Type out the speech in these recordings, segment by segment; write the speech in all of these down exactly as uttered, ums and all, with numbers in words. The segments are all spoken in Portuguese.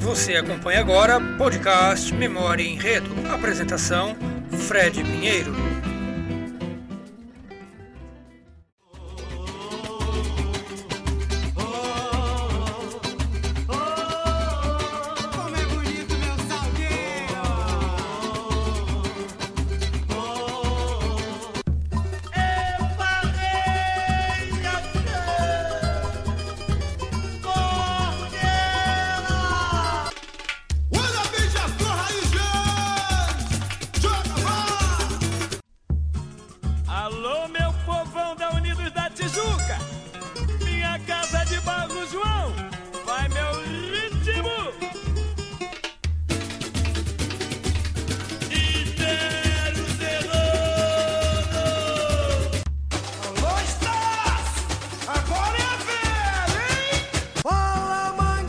Você acompanha agora podcast Memória e Enredo. Apresentação Fred Pinheiro. Alô, meu povão da Unidos da Tijuca, minha casa de Barro João, vai meu ritmo. Inteiro Serrano. Alô, Estácio, agora é velho, hein? Fala,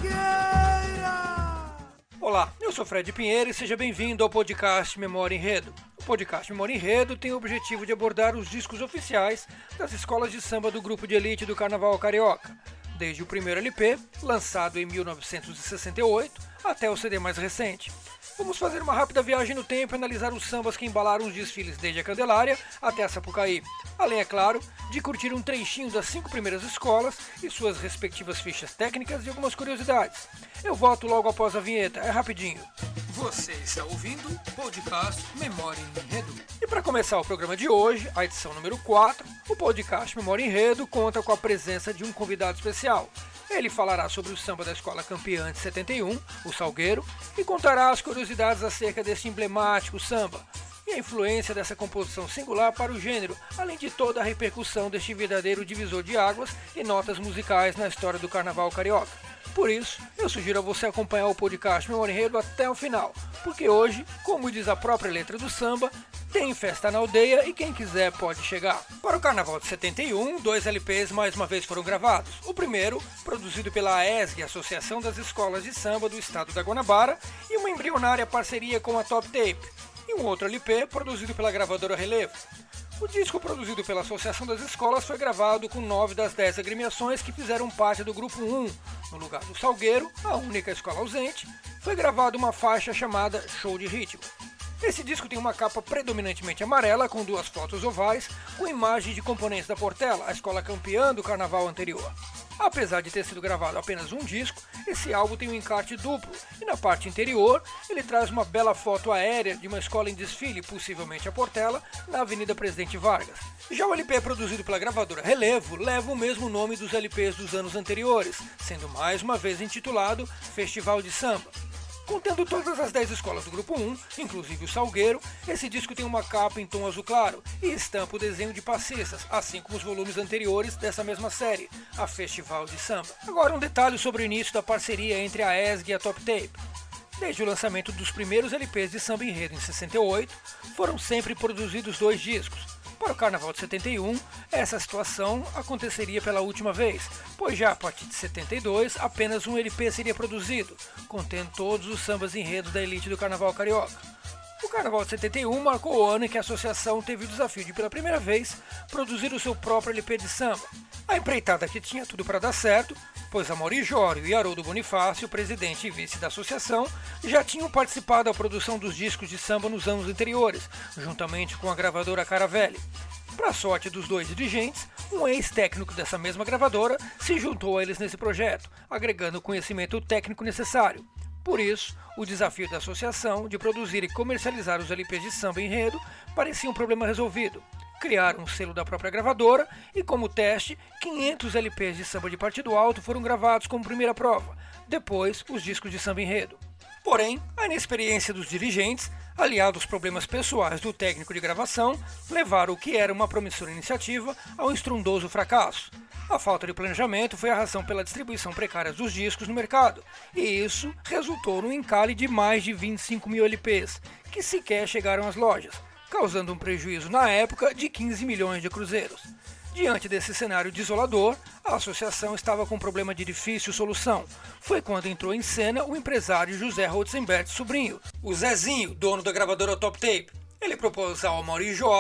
Mangueira! Olá, eu sou Fred Pinheiro e seja bem-vindo ao podcast Memória e Enredo. O podcast Memória e Enredo tem o objetivo de abordar os discos oficiais das escolas de samba do grupo de elite do Carnaval Carioca, desde o primeiro L P, lançado em mil novecentos e sessenta e oito, até o C D mais recente. Vamos fazer uma rápida viagem no tempo e analisar os sambas que embalaram os desfiles desde a Candelária até a Sapucaí, além, é claro, de curtir um trechinho das cinco primeiras escolas e suas respectivas fichas técnicas e algumas curiosidades. Eu volto logo após a vinheta, é rapidinho. Você está ouvindo o podcast Memória e Enredo. E para começar o programa de hoje, a edição número quatro, o podcast Memória e Enredo conta com a presença de um convidado especial. Ele falará sobre o samba da escola campeã de setenta e um, o Salgueiro, e contará as curiosidades acerca desse emblemático samba e a influência dessa composição singular para o gênero, além de toda a repercussão deste verdadeiro divisor de águas e notas musicais na história do Carnaval Carioca. Por isso, eu sugiro a você acompanhar o podcast Memória e Enredo até o final, porque hoje, como diz a própria letra do samba, tem festa na aldeia e quem quiser pode chegar. Para o Carnaval de setenta e um, dois L Ps mais uma vez foram gravados. O primeiro, produzido pela A E S G, Associação das Escolas de Samba do Estado da Guanabara, e uma embrionária parceria com a Top Tape, e um outro L P produzido pela gravadora Relevo. O disco produzido pela Associação das Escolas foi gravado com nove das dez agremiações que fizeram parte do Grupo um. No lugar do Salgueiro, a única escola ausente, foi gravada uma faixa chamada Show de Ritmo. Esse disco tem uma capa predominantemente amarela, com duas fotos ovais, com imagens de componentes da Portela, a escola campeã do carnaval anterior. Apesar de ter sido gravado apenas um disco, esse álbum tem um encarte duplo, e na parte interior ele traz uma bela foto aérea de uma escola em desfile, possivelmente a Portela, na Avenida Presidente Vargas. Já o L P produzido pela gravadora Relevo leva o mesmo nome dos L Ps dos anos anteriores, sendo mais uma vez intitulado Festival de Samba. Contendo todas as dez escolas do Grupo um, inclusive o Salgueiro, esse disco tem uma capa em tom azul claro e estampa o desenho de passistas, assim como os volumes anteriores dessa mesma série, a Festival de Samba. Agora um detalhe sobre o início da parceria entre a E S G e a Top Tape. Desde o lançamento dos primeiros L Ps de samba enredo em sessenta e oito, foram sempre produzidos dois discos. Para o Carnaval de setenta e um, essa situação aconteceria pela última vez, pois já a partir de setenta e dois apenas um L P seria produzido, contendo todos os sambas enredos da elite do Carnaval Carioca. O Carnaval de setenta e um marcou o ano em que a associação teve o desafio de, pela primeira vez, produzir o seu próprio L P de samba. A empreitada que tinha tudo para dar certo, pois Amaury Jório e Haroldo Bonifácio, presidente e vice da associação, já tinham participado da produção dos discos de samba nos anos anteriores, juntamente com a gravadora Caravelli. Para a sorte dos dois dirigentes, um ex-técnico dessa mesma gravadora se juntou a eles nesse projeto, agregando o conhecimento técnico necessário. Por isso, o desafio da associação de produzir e comercializar os L Ps de samba enredo parecia um problema resolvido. Criaram um selo da própria gravadora e, como teste, quinhentos L Ps de samba de partido alto foram gravados como primeira prova, depois os discos de samba enredo. Porém, a inexperiência dos dirigentes, aliado aos problemas pessoais do técnico de gravação, levaram o que era uma promissora iniciativa ao estrondoso fracasso. A falta de planejamento foi a razão pela distribuição precária dos discos no mercado, e isso resultou no encalhe de mais de vinte e cinco mil L Ps, que sequer chegaram às lojas, causando um prejuízo na época de quinze milhões de cruzeiros. Diante desse cenário desolador, a associação estava com um problema de difícil solução. Foi quando entrou em cena o empresário José Rotzenberg Sobrinho, o Zezinho, dono da gravadora Top Tape. Ele propôs ao Amaury Jório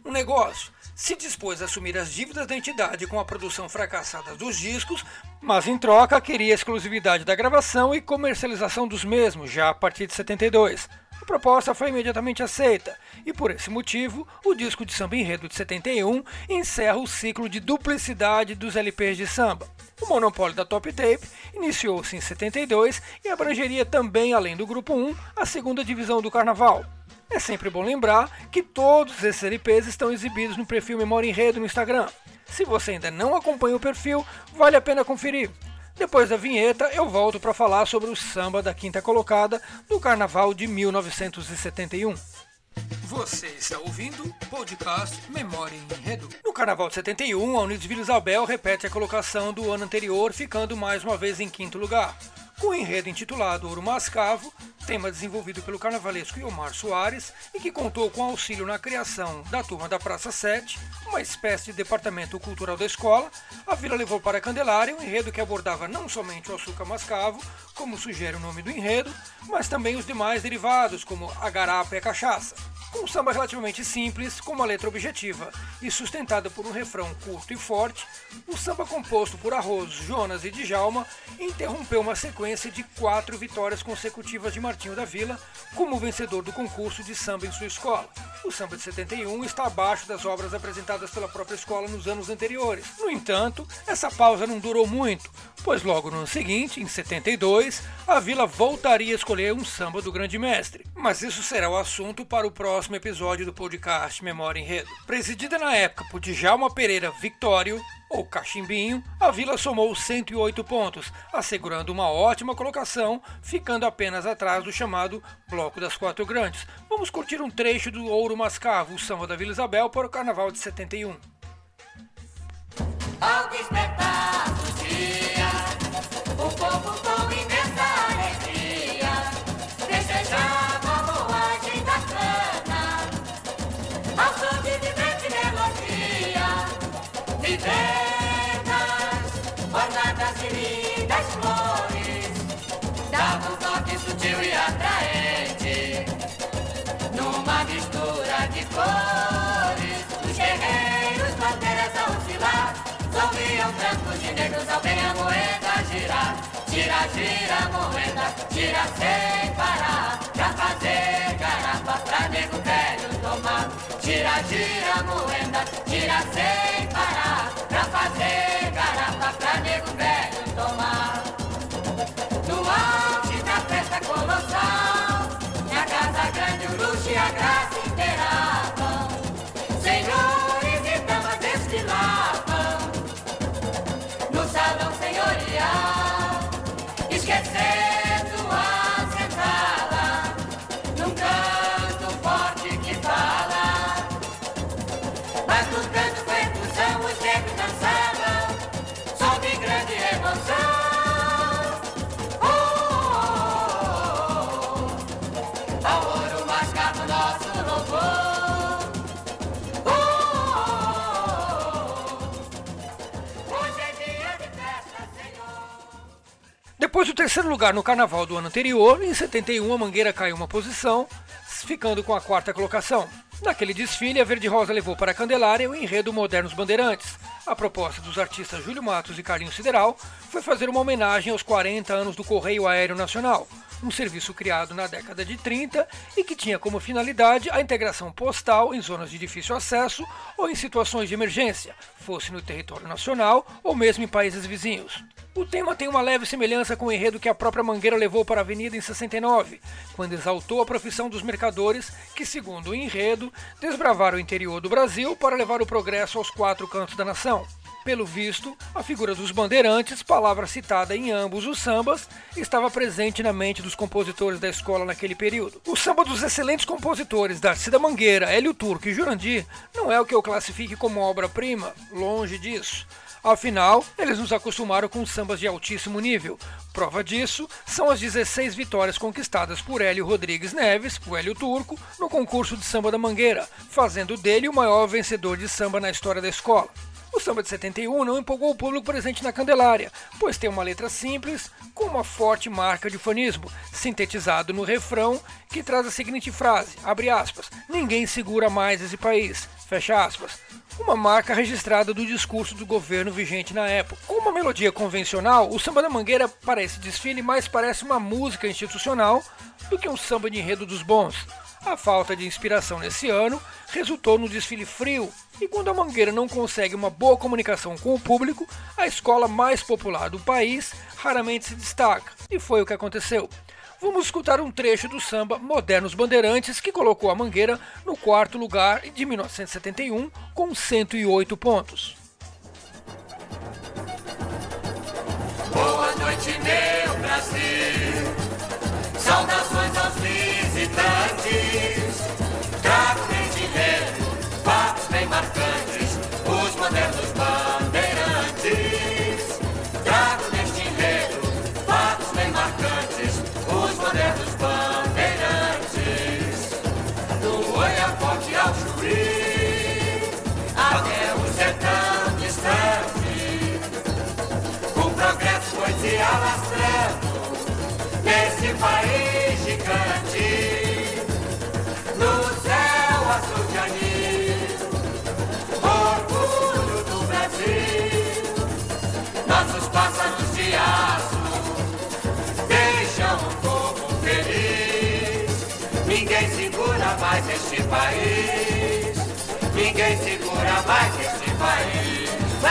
um negócio. Se dispôs a assumir as dívidas da entidade com a produção fracassada dos discos, mas em troca queria a exclusividade da gravação e comercialização dos mesmos, já a partir de setenta e dois. A proposta foi imediatamente aceita, e por esse motivo, o disco de samba enredo de setenta e um encerra o ciclo de duplicidade dos L Ps de samba. O monopólio da Top Tape iniciou-se em setenta e dois e abrangeria também, além do Grupo um, a segunda divisão do Carnaval. É sempre bom lembrar que todos esses L Ps estão exibidos no perfil Memória Enredo no Instagram. Se você ainda não acompanha o perfil, vale a pena conferir. Depois da vinheta, eu volto para falar sobre o samba da quinta colocada do Carnaval de mil novecentos e setenta e um. Você está ouvindo o podcast Memória em Enredo. No Carnaval de setenta e um, a Unidos Vila Isabel repete a colocação do ano anterior, ficando mais uma vez em quinto lugar. Com o enredo intitulado Ouro Mascavo, tema desenvolvido pelo carnavalesco Iomar Soares e que contou com auxílio na criação da turma da Praça sete, uma espécie de departamento cultural da escola, a vila levou para a Candelária um enredo que abordava não somente o açúcar mascavo, como sugere o nome do enredo, mas também os demais derivados, como a garapa e a cachaça. Com um samba relativamente simples, com uma letra objetiva e sustentada por um refrão curto e forte, o samba composto por Arroz, Jonas e Djalma interrompeu uma sequência de quatro vitórias consecutivas de Martinho da Vila como vencedor do concurso de samba em sua escola. O samba de setenta e um está abaixo das obras apresentadas pela própria escola nos anos anteriores. No entanto, essa pausa não durou muito, pois logo no ano seguinte, em setenta e dois, a Vila voltaria a escolher um samba do grande mestre. Mas isso será o assunto para o próximo episódio do podcast Memória Enredo. Presidida na época por Djalma Pereira Victório, ou Cachimbinho, a Vila somou cento e oito pontos, assegurando uma ótima colocação, ficando apenas atrás do chamado Bloco das Quatro Grandes. Vamos curtir um trecho do Ouro Mascavo, o samba da Vila Isabel, para o Carnaval de setenta e um. Ao despertar do dia, o povo com imensa alegria desejava a moagem da cana, ao som de vibrante melodia, vivendas, ornadas de lindas flores, dava um toque sutil e atraente, numa mistura de cores, os guerreiros, bandeiras a oscilar, sorriam brancos e negros ao bem a moeda girar. Gira, gira, moeda, gira sem parar, pra fazer garapa, pra nego velho tomar. Gira, gira, moeda, gira sem parar, pra fazer garapa, pra nego velho tomar. No auge da festa colossal, na casa grande o luxo e a graça inteiravam, senhores e damas desfilavam no salão senhorial, esquecendo a senzala, num canto forte que fala. Mas no canto com efusão os negros dançavam, som de grande emoção. Oh, oh, oh, oh, ao ouro mascavo nosso louvor. Oh, oh, oh, hoje é dia de festa, Senhor. Depois do terceiro lugar no Carnaval do ano anterior, em setenta e um a Mangueira caiu uma posição, ficando com a quarta colocação. Naquele desfile, a Verde Rosa levou para a Candelária o enredo Modernos Bandeirantes. A proposta dos artistas Júlio Matos e Carlinhos Sideral foi fazer uma homenagem aos quarenta anos do Correio Aéreo Nacional, um serviço criado na década de trinta e que tinha como finalidade a integração postal em zonas de difícil acesso ou em situações de emergência, fosse no território nacional ou mesmo em países vizinhos. O tema tem uma leve semelhança com o enredo que a própria Mangueira levou para a Avenida em sessenta e nove, quando exaltou a profissão dos mercadores que, segundo o enredo, desbravaram o interior do Brasil para levar o progresso aos quatro cantos da nação. Pelo visto, a figura dos bandeirantes, palavra citada em ambos os sambas, estava presente na mente dos compositores da escola naquele período. O samba dos excelentes compositores Darcy da Mangueira, Hélio Turco e Jurandir não é o que eu classifique como obra-prima, longe disso. Afinal, eles nos acostumaram com sambas de altíssimo nível. Prova disso são as dezesseis vitórias conquistadas por Hélio Rodrigues Neves, o Hélio Turco, no concurso de samba da Mangueira, fazendo dele o maior vencedor de samba na história da escola. O samba de setenta e um não empolgou o público presente na Candelária, pois tem uma letra simples, com uma forte marca de ufanismo, sintetizado no refrão, que traz a seguinte frase, abre aspas, ninguém segura mais esse país, fecha aspas. Uma marca registrada do discurso do governo vigente na época. Com uma melodia convencional, o Samba da Mangueira para esse desfile mais parece uma música institucional do que um samba de enredo dos bons. A falta de inspiração nesse ano resultou no desfile frio, e quando a Mangueira não consegue uma boa comunicação com o público, a escola mais popular do país raramente se destaca, e foi o que aconteceu. Vamos escutar um trecho do samba Modernos Bandeirantes, que colocou a Mangueira no quarto lugar de mil novecentos e setenta e um com cento e oito pontos. Boa noite, meu Brasil, saudações aos visitantes, trago desde enredo fatos bem marcantes, os modernos bandeirantes. Trago neste enredo fatos bem marcantes, os modernos bandeirantes. Do Oiapoque ao Chuí, até o sertão distante, o progresso foi se alastrando nesse país gigante. No céu azul de anil, orgulho do Brasil, nossos pássaros de aço deixam o povo feliz. Ninguém segura mais este país, ninguém segura mais este país.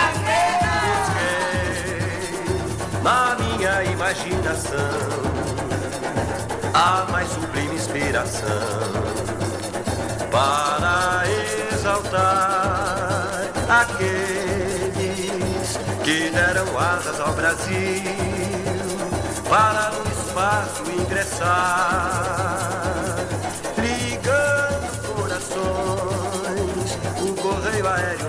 Busquei na minha imaginação a mais sublime inspiração para exaltar aqueles que deram asas ao Brasil, para no espaço ingressar, ligando corações, o Correio Aéreo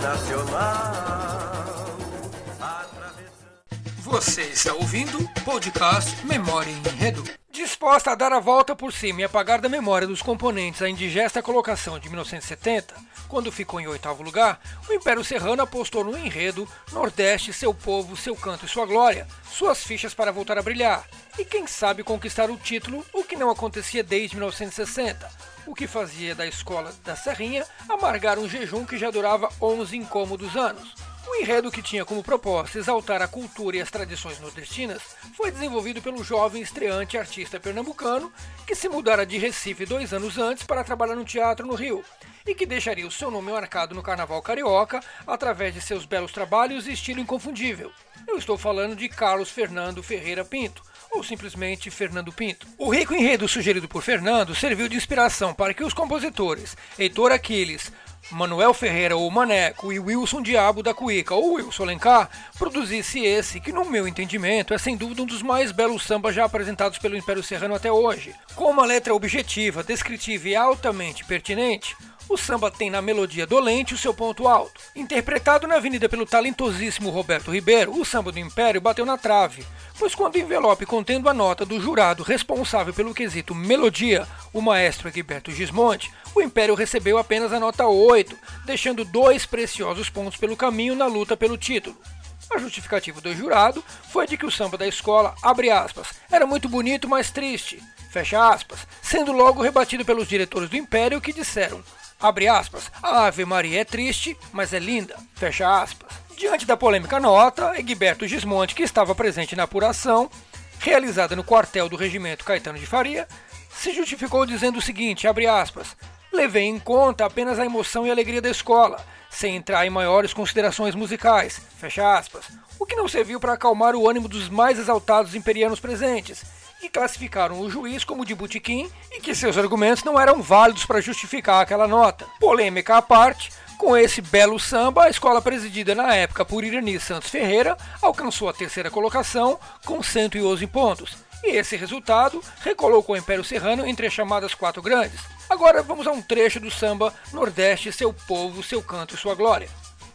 Nacional atravessando... Você está ouvindo o podcast Memória em Enredo. Disposta a dar a volta por cima e apagar da memória dos componentes a indigesta colocação de mil novecentos e setenta, quando ficou em oitavo lugar, o Império Serrano apostou no enredo Nordeste, seu povo, seu canto e sua glória, suas fichas para voltar a brilhar, e quem sabe conquistar o título, o que não acontecia desde mil novecentos e sessenta, o que fazia da escola da Serrinha amargar um jejum que já durava onze incômodos anos. O enredo, que tinha como proposta exaltar a cultura e as tradições nordestinas, foi desenvolvido pelo jovem estreante artista pernambucano que se mudara de Recife dois anos antes para trabalhar no teatro no Rio, e que deixaria o seu nome marcado no Carnaval Carioca através de seus belos trabalhos e estilo inconfundível. Eu estou falando de Carlos Fernando Ferreira Pinto, ou simplesmente Fernando Pinto. O rico enredo sugerido por Fernando serviu de inspiração para que os compositores Heitor Aquiles, Manuel Ferreira ou Maneco e Wilson Diabo da Cuíca ou Wilson Alencar produzisse esse, que no meu entendimento é sem dúvida um dos mais belos sambas já apresentados pelo Império Serrano até hoje. Com uma letra objetiva, descritiva e altamente pertinente, o samba tem na melodia dolente o seu ponto alto. Interpretado na avenida pelo talentosíssimo Roberto Ribeiro, o samba do Império bateu na trave, pois quando o envelope contendo a nota do jurado responsável pelo quesito melodia, o maestro Egberto Gismonti, o Império recebeu apenas a nota oito, deixando dois preciosos pontos pelo caminho na luta pelo título. A justificativa do jurado foi de que o samba da escola, abre aspas, era muito bonito, mas triste, fecha aspas, sendo logo rebatido pelos diretores do Império, que disseram, abre aspas, a Ave Maria é triste, mas é linda, fecha aspas. Diante da polêmica nota, Egberto Gismonti, que estava presente na apuração, realizada no quartel do Regimento Caetano de Faria, se justificou dizendo o seguinte, abre aspas, levei em conta apenas a emoção e alegria da escola, sem entrar em maiores considerações musicais, fecha aspas, o que não serviu para acalmar o ânimo dos mais exaltados imperianos presentes, que classificaram o juiz como de botequim e que seus argumentos não eram válidos para justificar aquela nota. Polêmica à parte, com esse belo samba, a escola presidida na época por Irani Santos Ferreira alcançou a terceira colocação com cento e onze pontos, e esse resultado recolocou o Império Serrano entre as chamadas quatro grandes. Agora vamos a um trecho do samba Nordeste, seu povo, seu canto e sua glória.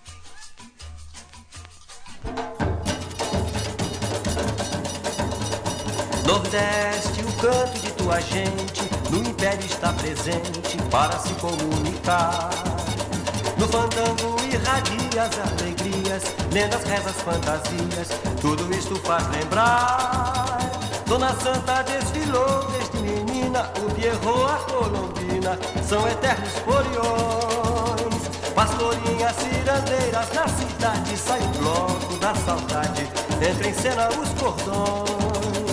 Nordeste, o canto de tua gente, no Império está presente para se comunicar. No fandango irradia as alegrias, lendas, rezas, fantasias, tudo isto faz lembrar. Dona Santa desfilou desde menina, o Pierrot, a Colombina, são eternos foliões. Pastorinhas cirandeiras na cidade, sai o bloco da saudade, entra em cena os cordões.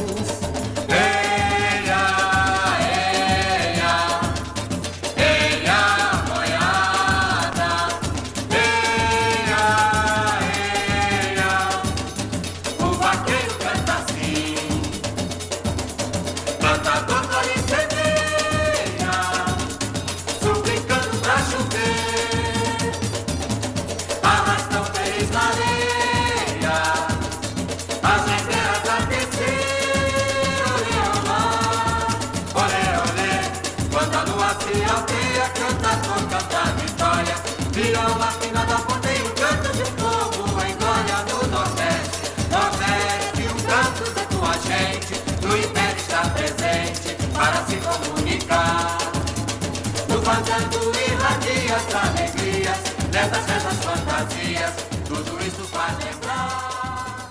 Viola afinada, ponteio, canto de fogo em glória no Nordeste. Nordeste, um canto da tua gente, no império está presente para se comunicar. No fandango irradia as alegrias, nessas festas fantasias, tudo isso faz lembrar.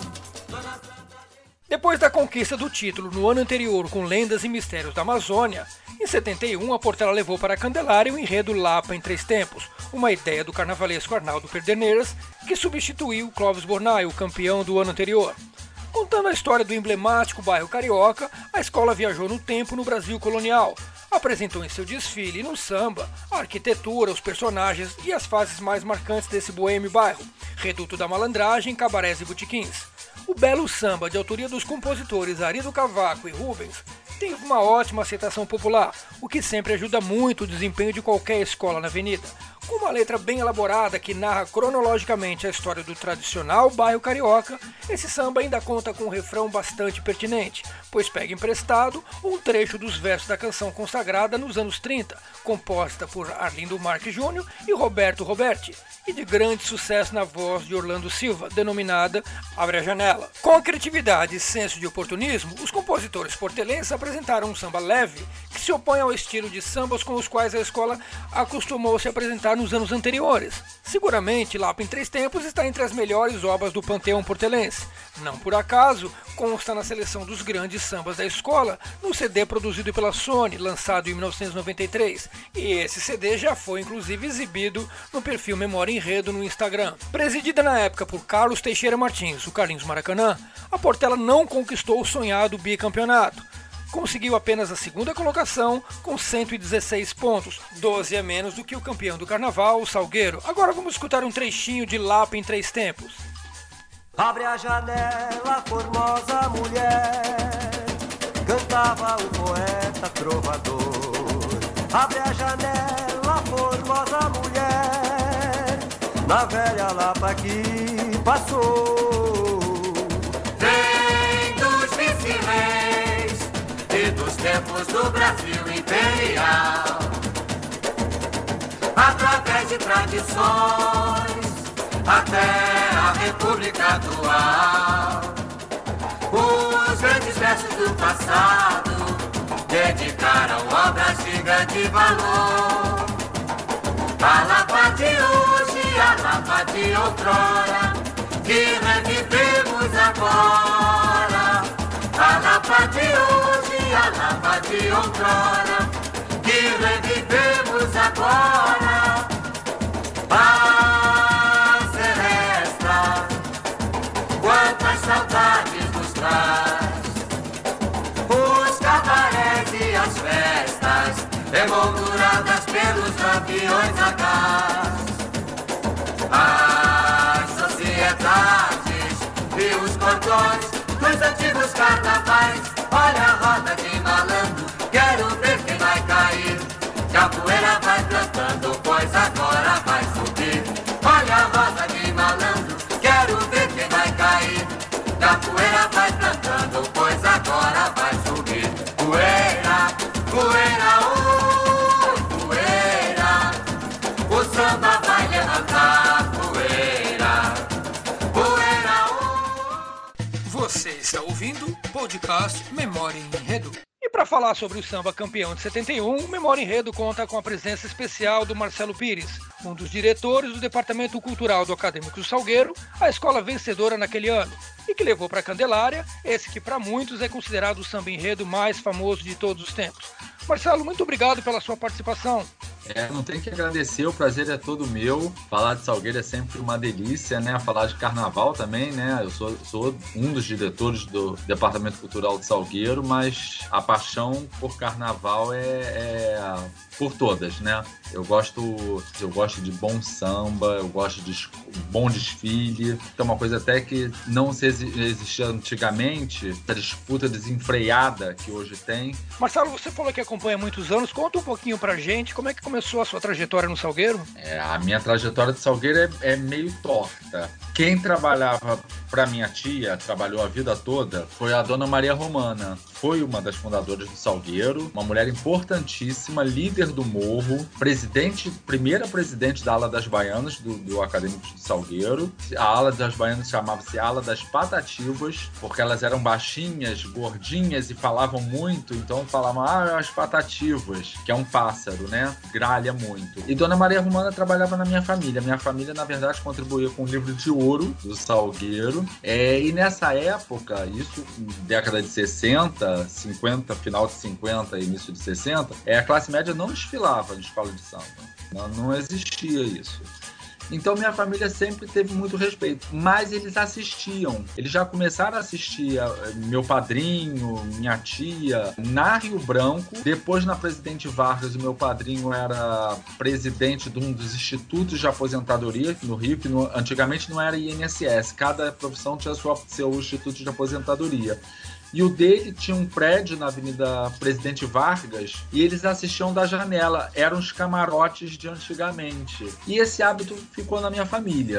Depois da conquista do título no ano anterior com Lendas e Mistérios da Amazônia, em setenta e um a Portela levou para a Candelária o enredo Lapa em Três Tempos, uma ideia do carnavalesco Arnaldo Pederneiras, que substituiu Clóvis Bornai, o campeão do ano anterior. Contando a história do emblemático bairro carioca, a escola viajou no tempo no Brasil colonial, apresentou em seu desfile e no samba a arquitetura, os personagens e as fases mais marcantes desse boêmio bairro, reduto da malandragem, cabarés e botequins. O belo samba, de autoria dos compositores Arido Cavaco e Rubens, tem uma ótima aceitação popular, o que sempre ajuda muito o desempenho de qualquer escola na avenida. Com uma letra bem elaborada que narra cronologicamente a história do tradicional bairro carioca, esse samba ainda conta com um refrão bastante pertinente, pois pega emprestado um trecho dos versos da canção consagrada nos anos trinta, composta por Arlindo Marques Júnior e Roberto Roberti, e de grande sucesso na voz de Orlando Silva, denominada Abre a Janela. Com a criatividade e senso de oportunismo, os compositores portelenses apresentaram um samba leve que se opõe ao estilo de sambas com os quais a escola acostumou se apresentar nos anos anteriores. Seguramente, Lapa em Três Tempos está entre as melhores obras do panteão portelense. Não por acaso, consta na seleção dos grandes sambas da escola, no C D produzido pela Sony, lançado em mil novecentos e noventa e três, e esse C D já foi inclusive exibido no perfil Memória em Enredo no Instagram. Presidida na época por Carlos Teixeira Martins, o Carlinhos Maracanã, a Portela não conquistou o sonhado bicampeonato. Conseguiu apenas a segunda colocação com cento e dezesseis pontos, doze a menos do que o campeão do carnaval, o Salgueiro. Agora vamos escutar um trechinho de Lapa em Três Tempos. Abre a janela, formosa mulher, cantava o poeta trovador. Abre a janela, formosa mulher, na velha Lapa que passou. Vem dos vice-reis e dos tempos do Brasil imperial, através de tradições até a República atual. Os grandes versos do passado dedicaram obras de grande valor. A Lapa de hoje, a Lapa de outrora, que revivemos agora. A Lapa de hoje, a Lapa de outrora, que revivemos agora. A Celesta, quantas saudades nos traz. Os cabarés e as festas, emolduradas pelos lampiões a gás. As sociedades e os cordões dos antigos carnavais. Olha a roda de malandro, quero ver quem vai cair. Que a poeira vai cantando, pois agora vai subir. Olha a roda de malandro, quero ver quem vai cair. Que a poeira vai cantando, pois agora vai subir. Poeira, poeira, ui, poeira, o samba vai levantar. Poeira, poeira, ui. Você está ouvindo o podcast Memória em Enredo. E para falar sobre o samba campeão de setenta e um, o Memória em Enredo conta com a presença especial do Marcelo Pires, um dos diretores do Departamento Cultural do Acadêmico Salgueiro, a escola vencedora naquele ano, e que levou para a Candelária esse que para muitos é considerado o samba enredo mais famoso de todos os tempos. Marcelo, muito obrigado pela sua participação. É, não tem que agradecer, o prazer é todo meu. Falar de Salgueiro é sempre uma delícia, né? Falar de carnaval também, né? Eu sou, sou um dos diretores do Departamento Cultural de Salgueiro, mas a paixão por carnaval é, é por todas, né? Eu gosto, eu gosto de bom samba, eu gosto de bom desfile, que é uma coisa até que não se existia antigamente, a disputa desenfreada que hoje tem. Marcelo, você falou que acompanha há muitos anos, conta um pouquinho pra gente como é que começou a sua trajetória no Salgueiro? É, a minha trajetória de Salgueiro é, é meio torta. Quem trabalhava para minha tia, trabalhou a vida toda, foi a Dona Maria Romana. Foi uma das fundadoras do Salgueiro, uma mulher importantíssima, líder do morro, presidente, primeira presidente da Ala das Baianas, do, do Acadêmicos do Salgueiro. A Ala das Baianas chamava-se Ala das Patativas, porque elas eram baixinhas, gordinhas e falavam muito, então falavam, ah, as patativas, que é um pássaro, né? Gralha muito. E Dona Maria Romana trabalhava na minha família. Minha família, na verdade, contribuía com o livro de ouro do Salgueiro. É, e nessa época, isso década de sessenta, cinquenta, final de cinquenta, início de sessenta, é, a classe média não desfilava em escola de samba. Não, não existia isso. Então minha família sempre teve muito respeito, mas eles assistiam. Eles já começaram a assistir a, meu padrinho, minha tia, na Rio Branco. Depois na Presidente Vargas, o meu padrinho era presidente de um dos institutos de aposentadoria no Rio, que no, antigamente não era I N S S. Cada profissão tinha sua, seu instituto de aposentadoria. E o dele tinha um prédio na Avenida Presidente Vargas e eles assistiam da janela. Eram os camarotes de antigamente. E esse hábito ficou na minha família.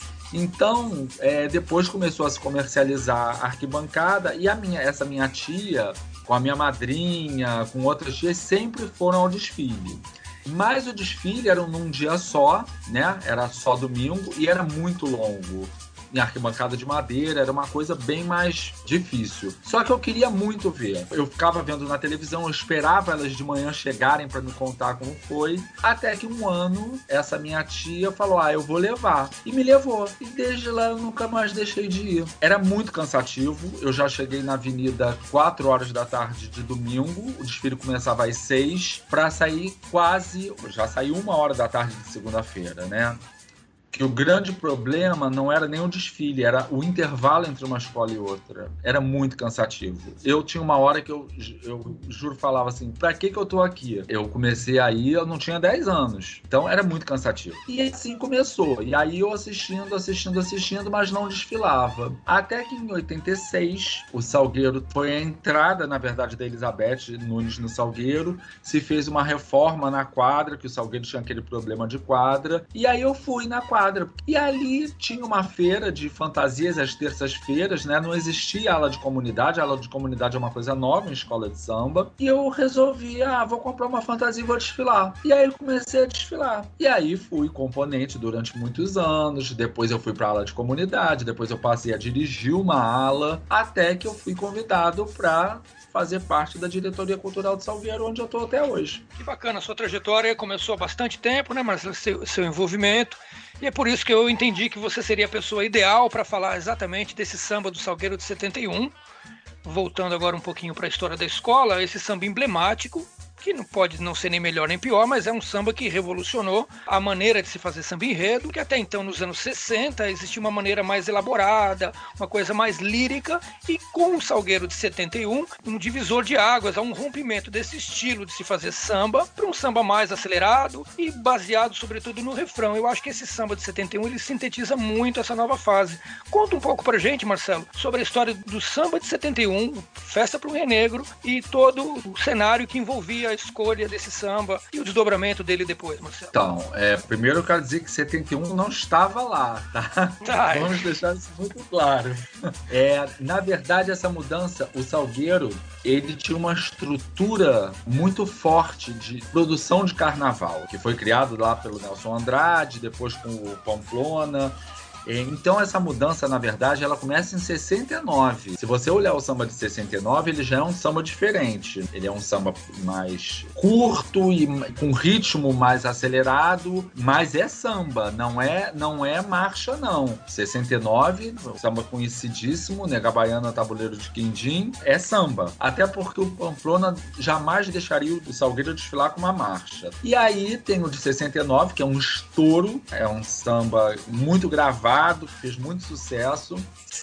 Então, é, depois começou a se comercializar a arquibancada e a minha, essa minha tia, com a minha madrinha, com outras tias, sempre foram ao desfile. Mas o desfile era num dia só, né? Era só domingo e era muito longo. Em arquibancada de madeira, era uma coisa bem mais difícil. Só que eu queria muito ver. Eu ficava vendo na televisão, eu esperava elas de manhã chegarem para me contar como foi. Até que um ano, essa minha tia falou, ah, eu vou levar. E me levou. E desde lá eu nunca mais deixei de ir. Era muito cansativo. Eu já cheguei na avenida quatro horas da tarde de domingo. O desfile começava às seis. Para sair quase... Já saí uma hora da tarde de segunda-feira, né? Que o grande problema não era nem o desfile, era o intervalo entre uma escola e outra. Era muito cansativo. Eu tinha uma hora que eu, eu juro, falava assim, pra que que eu tô aqui? Eu comecei aí, eu não tinha dez anos. Então era muito cansativo. E assim começou. E aí eu assistindo, assistindo, assistindo, mas não desfilava. Até que em oitenta e seis, o Salgueiro foi a entrada, na verdade, da Elizabeth Nunes no Salgueiro. Se fez uma reforma na quadra, que o Salgueiro tinha aquele problema de quadra. E aí eu fui na quadra. E ali tinha uma feira de fantasias às terças-feiras, né? Não existia aula de comunidade, a aula de comunidade é uma coisa nova em escola de samba. E eu resolvi, ah, vou comprar uma fantasia e vou desfilar. E aí eu comecei a desfilar. E aí fui componente durante muitos anos, depois eu fui para aula de comunidade, depois eu passei a dirigir uma ala, até que eu fui convidado para fazer parte da diretoria cultural de Salgueiro, onde eu estou até hoje. Que bacana, a sua trajetória começou há bastante tempo, né, Marcelo, seu, seu envolvimento, e é por isso que eu entendi que você seria a pessoa ideal para falar exatamente desse samba do Salgueiro de setenta e um. Voltando agora um pouquinho para a história da escola, esse samba emblemático, que não pode não ser nem melhor nem pior, mas é um samba que revolucionou a maneira de se fazer samba enredo, que até então, nos anos sessenta, existia uma maneira mais elaborada, uma coisa mais lírica, e com o Salgueiro de setenta e um, um divisor de águas, há um rompimento desse estilo de se fazer samba para um samba mais acelerado e baseado, sobretudo, no refrão. Eu acho que esse samba de setenta e um, ele sintetiza muito essa nova fase. Conta um pouco pra gente, Marcelo, sobre a história do samba de setenta e um, Festa pro Rio Negro, e todo o cenário que envolvia a escolha desse samba e o desdobramento dele depois, Marcelo. Então, é, primeiro eu quero dizer que setenta e um não estava lá, tá? Tá. Vamos deixar isso muito claro. É, na verdade, essa mudança, o Salgueiro, ele tinha uma estrutura muito forte de produção de carnaval, que foi criado lá pelo Nelson Andrade, depois com o Pamplona. Então essa mudança, na verdade, ela começa em sessenta e nove. Se você olhar o samba de sessenta e nove, ele já é um samba diferente. Ele é um samba mais curto e com ritmo mais acelerado, mas é samba, não é, não é marcha, não. sessenta e nove, samba conhecidíssimo, Nega Baiana, Tabuleiro de Quindim, é samba. Até porque o Pamplona jamais deixaria o Salgueiro desfilar com uma marcha. E aí tem o de sessenta e nove, que é um estouro, é um samba muito gravado, que fez muito sucesso.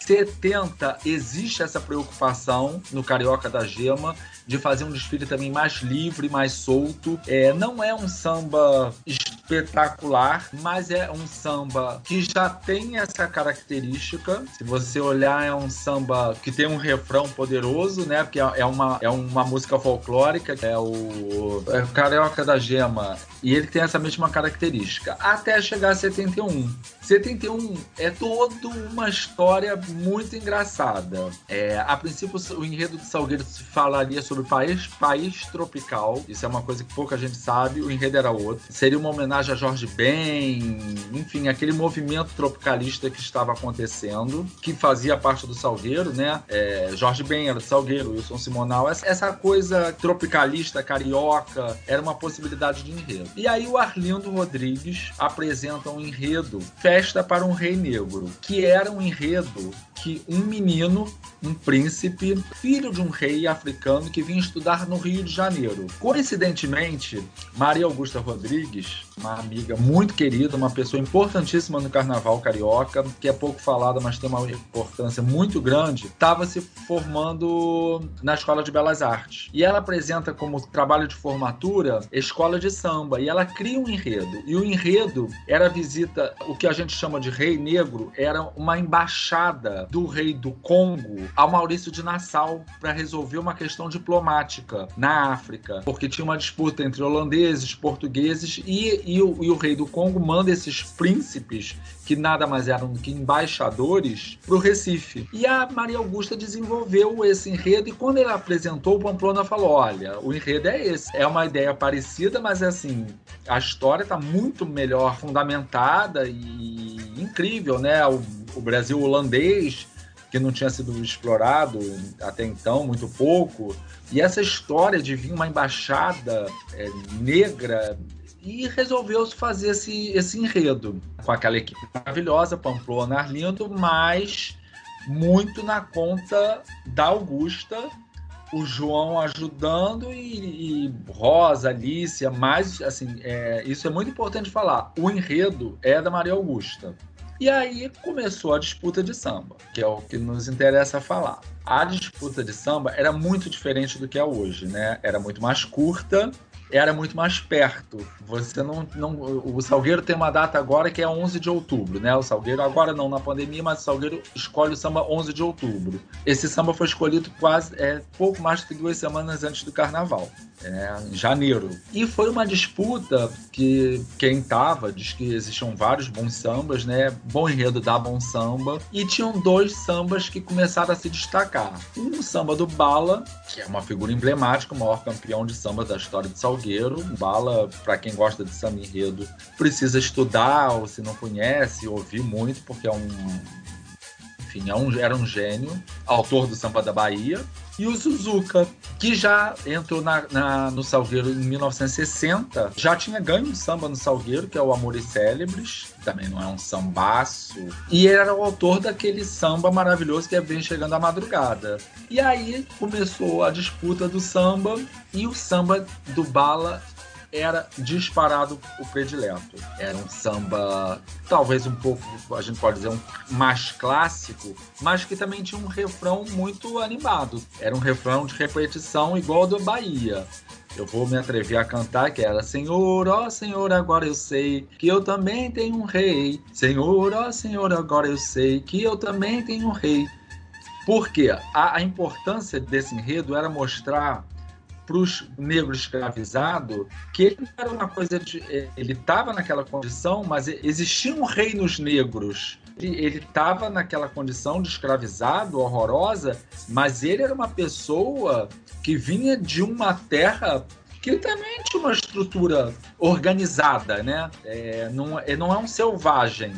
setenta, existe essa preocupação no Carioca da Gema de fazer um desfile também mais livre, mais solto. É, não é um samba espetacular, mas é um samba que já tem essa característica. Se você olhar, é um samba que tem um refrão poderoso, né? Porque é uma, é uma música folclórica, é o, é o Carioca da Gema, e ele tem essa mesma característica, até chegar a setenta e um. setenta e um é toda uma história muito engraçada. É, a princípio, o enredo do Salgueiro se falaria sobre país, país tropical. Isso é uma coisa que pouca gente sabe. O enredo era outro. Seria uma homenagem a Jorge Ben, enfim, aquele movimento tropicalista que estava acontecendo, que fazia parte do Salgueiro, né? É, Jorge Ben era do Salgueiro, Wilson Simonal. Essa, essa coisa tropicalista, carioca, era uma possibilidade de enredo. E aí o Arlindo Rodrigues apresenta um enredo, Festa para um Rei Negro, que era um enredo que um menino, um príncipe, filho de um rei africano que vinha estudar no Rio de Janeiro. Coincidentemente, Maria Augusta Rodrigues, uma amiga muito querida, uma pessoa importantíssima no carnaval carioca, que é pouco falada, mas tem uma importância muito grande, estava se formando na Escola de Belas Artes. E ela apresenta como trabalho de formatura Escola de Samba, e ela cria um enredo. E o enredo era a visita, o que a gente chama de Rei Negro, era uma embaixada do rei do Congo ao Maurício de Nassau para resolver uma questão diplomática na África, porque tinha uma disputa entre holandeses, portugueses e, e, o, e o rei do Congo manda esses príncipes, que nada mais eram do que embaixadores, para o Recife. E a Maria Augusta desenvolveu esse enredo, e quando ele apresentou, o Pamplona falou: olha, o enredo é esse. É uma ideia parecida, mas assim, a história está muito melhor fundamentada e incrível, né? O, o Brasil holandês, que não tinha sido explorado até então, muito pouco. E essa história de vir uma embaixada é, negra, e resolveu-se fazer esse, esse enredo com aquela equipe maravilhosa, Pamplona, Arlindo, mas muito na conta da Augusta, o João ajudando e, e Rosa, Alicia, mas assim, é, isso é muito importante falar, o enredo é da Maria Augusta. E aí começou a disputa de samba, que é o que nos interessa falar. A disputa de samba era muito diferente do que é hoje, né? Era muito mais curta, era muito mais perto. Você não, não, o Salgueiro tem uma data agora que é onze de outubro, né? O Salgueiro, agora não na pandemia, mas o Salgueiro escolhe o samba onze de outubro. Esse samba foi escolhido quase é, pouco mais do que duas semanas antes do Carnaval, é, em janeiro. E foi uma disputa que quem tava diz que existiam vários bons sambas, né? Bom enredo dá bom samba. E tinham dois sambas que começaram a se destacar. Um samba do Bala, que é uma figura emblemática, o maior campeão de samba da história de Salgueiro. Bala, para quem gosta de samba enredo, precisa estudar, ou se não conhece, ouvir muito, porque é um... Enfim, é um, era um gênio, autor do Samba da Bahia. E o Zuzuca, que já entrou na, na, no Salgueiro em mil novecentos e sessenta, já tinha ganho um samba no Salgueiro, que é o Amores Célebres, também não é um sambaço, e era o autor daquele samba maravilhoso que é Vem Chegando a Madrugada. E aí começou a disputa do samba, e o samba do Bala era disparado o predileto. Era um samba, talvez um pouco, a gente pode dizer, um mais clássico, mas que também tinha um refrão muito animado. Era um refrão de repetição igual ao do Bahia. Eu vou me atrever a cantar, que era: Senhor, ó Senhor, agora eu sei que eu também tenho um rei. Senhor, ó Senhor, agora eu sei que eu também tenho um rei. Por quê? A, a importância desse enredo era mostrar para os negros escravizados que ele não era uma coisa de... Ele estava naquela condição, mas existiam reinos negros. Ele estava naquela condição de escravizado, horrorosa, mas ele era uma pessoa que vinha de uma terra que também tinha uma estrutura organizada, né? É, não, é, não é um selvagem.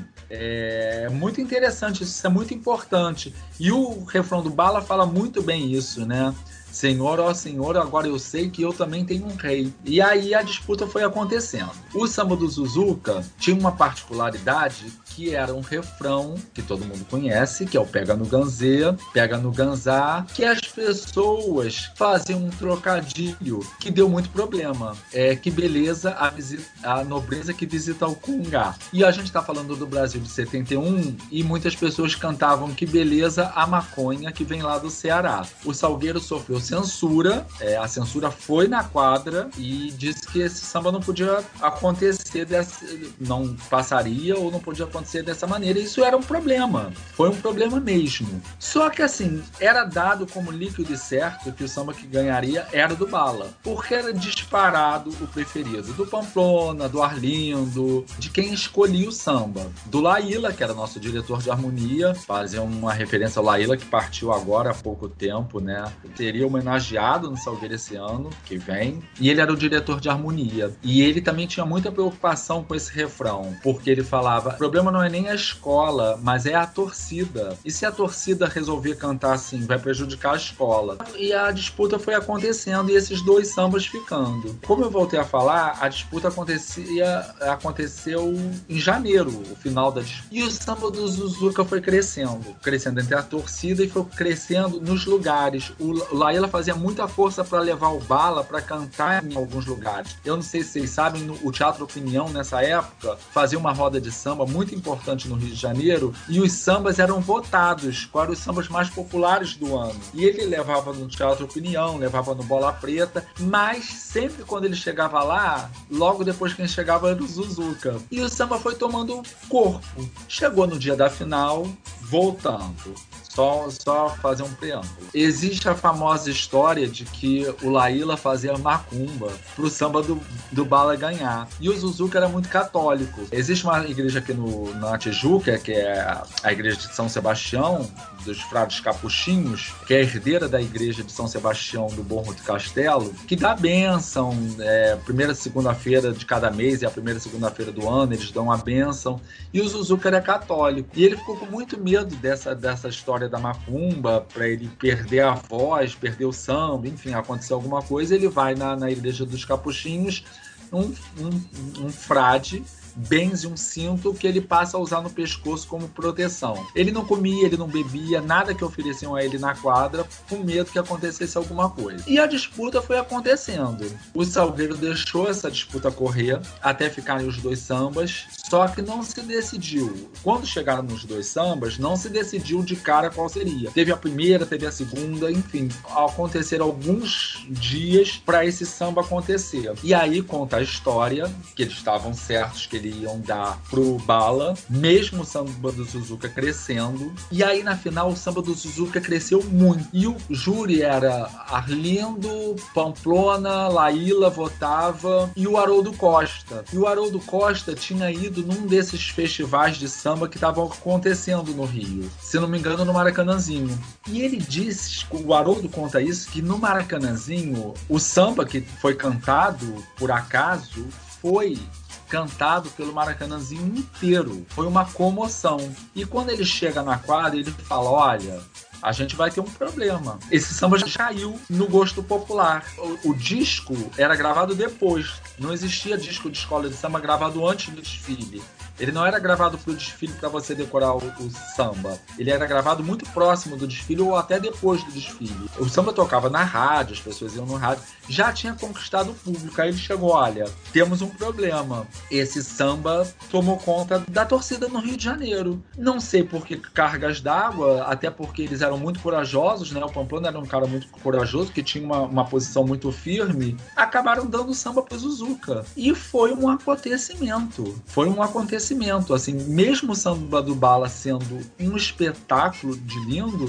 É muito interessante, isso é muito importante. E o refrão do Bala fala muito bem isso, né? Senhor, ó Senhor, agora eu sei que eu também tenho um rei. E aí a disputa foi acontecendo. O samba do Zuzuca tinha uma particularidade que era um refrão que todo mundo conhece, que é o Pega no Ganzê, Pega no Ganzá, que as pessoas faziam um trocadilho que deu muito problema. É que beleza a, visita, a nobreza que visita o Cungá. E a gente está falando do Brasil de setenta e um e muitas pessoas cantavam que beleza a maconha que vem lá do Ceará. O Salgueiro sofreu censura, é, a censura foi na quadra e disse que esse samba não podia acontecer, dessa, não passaria ou não podia acontecer dessa maneira. Isso era um problema, foi um problema mesmo. Só que assim, era dado como líquido e certo que o samba que ganharia era do Bala, porque era disparado o preferido do Pamplona, do Arlindo, de quem escolhia o samba. Do Laíla, que era nosso diretor de harmonia, fazia uma referência ao Laíla, que partiu agora há pouco tempo, né? Teria homenageado no Salgueiro esse ano que vem, e ele era o diretor de harmonia. E ele também tinha muita preocupação com esse refrão, porque ele falava, o problema não é nem a escola, mas é a torcida. E se a torcida resolver cantar assim, vai prejudicar a escola. E a disputa foi acontecendo, e esses dois sambas ficando. Como eu voltei a falar, a disputa acontecia, aconteceu em janeiro, o final da disputa. E o samba do Zuzuca foi crescendo, crescendo entre a torcida e foi crescendo nos lugares. O Laíla fazia muita força para levar o Bala para cantar em alguns lugares. Eu não sei se vocês sabem, no, o Teatro Opinião, nessa época, fazia uma roda de samba muito importante no Rio de Janeiro, e os sambas eram votados, quais eram os sambas mais populares do ano. E ele levava no Teatro Opinião, levava no Bola Preta, mas sempre quando ele chegava lá, logo depois quem chegava era o Zuzuca. E o samba foi tomando corpo. Chegou no dia da final, voltando. Só, só fazer um preâmbulo. Existe a famosa história de que o Laíla fazia macumba pro samba do, do Bala ganhar. E o Zuzuca era muito católico. Existe uma igreja aqui no, na Tijuca, que é a igreja de São Sebastião, dos frades capuchinhos, que é herdeira da igreja de São Sebastião do Morro do Castelo, que dá bênção, é, primeira segunda-feira de cada mês e a primeira segunda-feira do ano, eles dão a bênção. E o Zuzuca era católico. E ele ficou com muito medo dessa, dessa história da macumba, para ele perder a voz, perder o samba, enfim, acontecer alguma coisa. Ele vai na, na igreja dos capuchinhos, um, um, um frade benze um cinto que ele passa a usar no pescoço como proteção. Ele não comia, ele não bebia, nada que ofereciam a ele na quadra, com medo que acontecesse alguma coisa. E a disputa foi acontecendo. O Salgueiro deixou essa disputa correr até ficarem os dois sambas, só que não se decidiu. Quando chegaram nos dois sambas, não se decidiu de cara qual seria. Teve a primeira, teve a segunda, enfim, aconteceram alguns dias para esse samba acontecer. E aí conta a história que eles estavam certos que eles iam dar pro Bala, mesmo o samba do Zuzuca crescendo. E aí na final o samba do Zuzuca cresceu muito. E o júri era Arlindo, Pamplona, Laíla votava e o Haroldo Costa. E o Haroldo Costa tinha ido num desses festivais de samba que estavam acontecendo no Rio. Se não me engano, no Maracanãzinho. E ele disse, o Haroldo conta isso, que no Maracanãzinho, o samba que foi cantado, por acaso, foi cantado pelo Maracanãzinho inteiro. Foi uma comoção. E quando ele chega na quadra, ele fala, olha, a gente vai ter um problema. Esse samba já caiu no gosto popular. O, o disco era gravado depois. Não existia disco de escola de samba gravado antes do desfile. Ele não era gravado para o desfile para você decorar o, o samba. Ele era gravado muito próximo do desfile ou até depois do desfile. O samba tocava na rádio, as pessoas iam no rádio. Já tinha conquistado o público. Aí ele chegou, olha, temos um problema. Esse samba tomou conta da torcida no Rio de Janeiro. Não sei por que cargas d'água, até porque eles eram muito corajosos, né? O Pamplona era um cara muito corajoso, que tinha uma, uma posição muito firme. Acabaram dando samba para o Zuzuca. E foi um acontecimento. Foi um acontecimento. Assim, mesmo o samba do Bala sendo um espetáculo de lindo,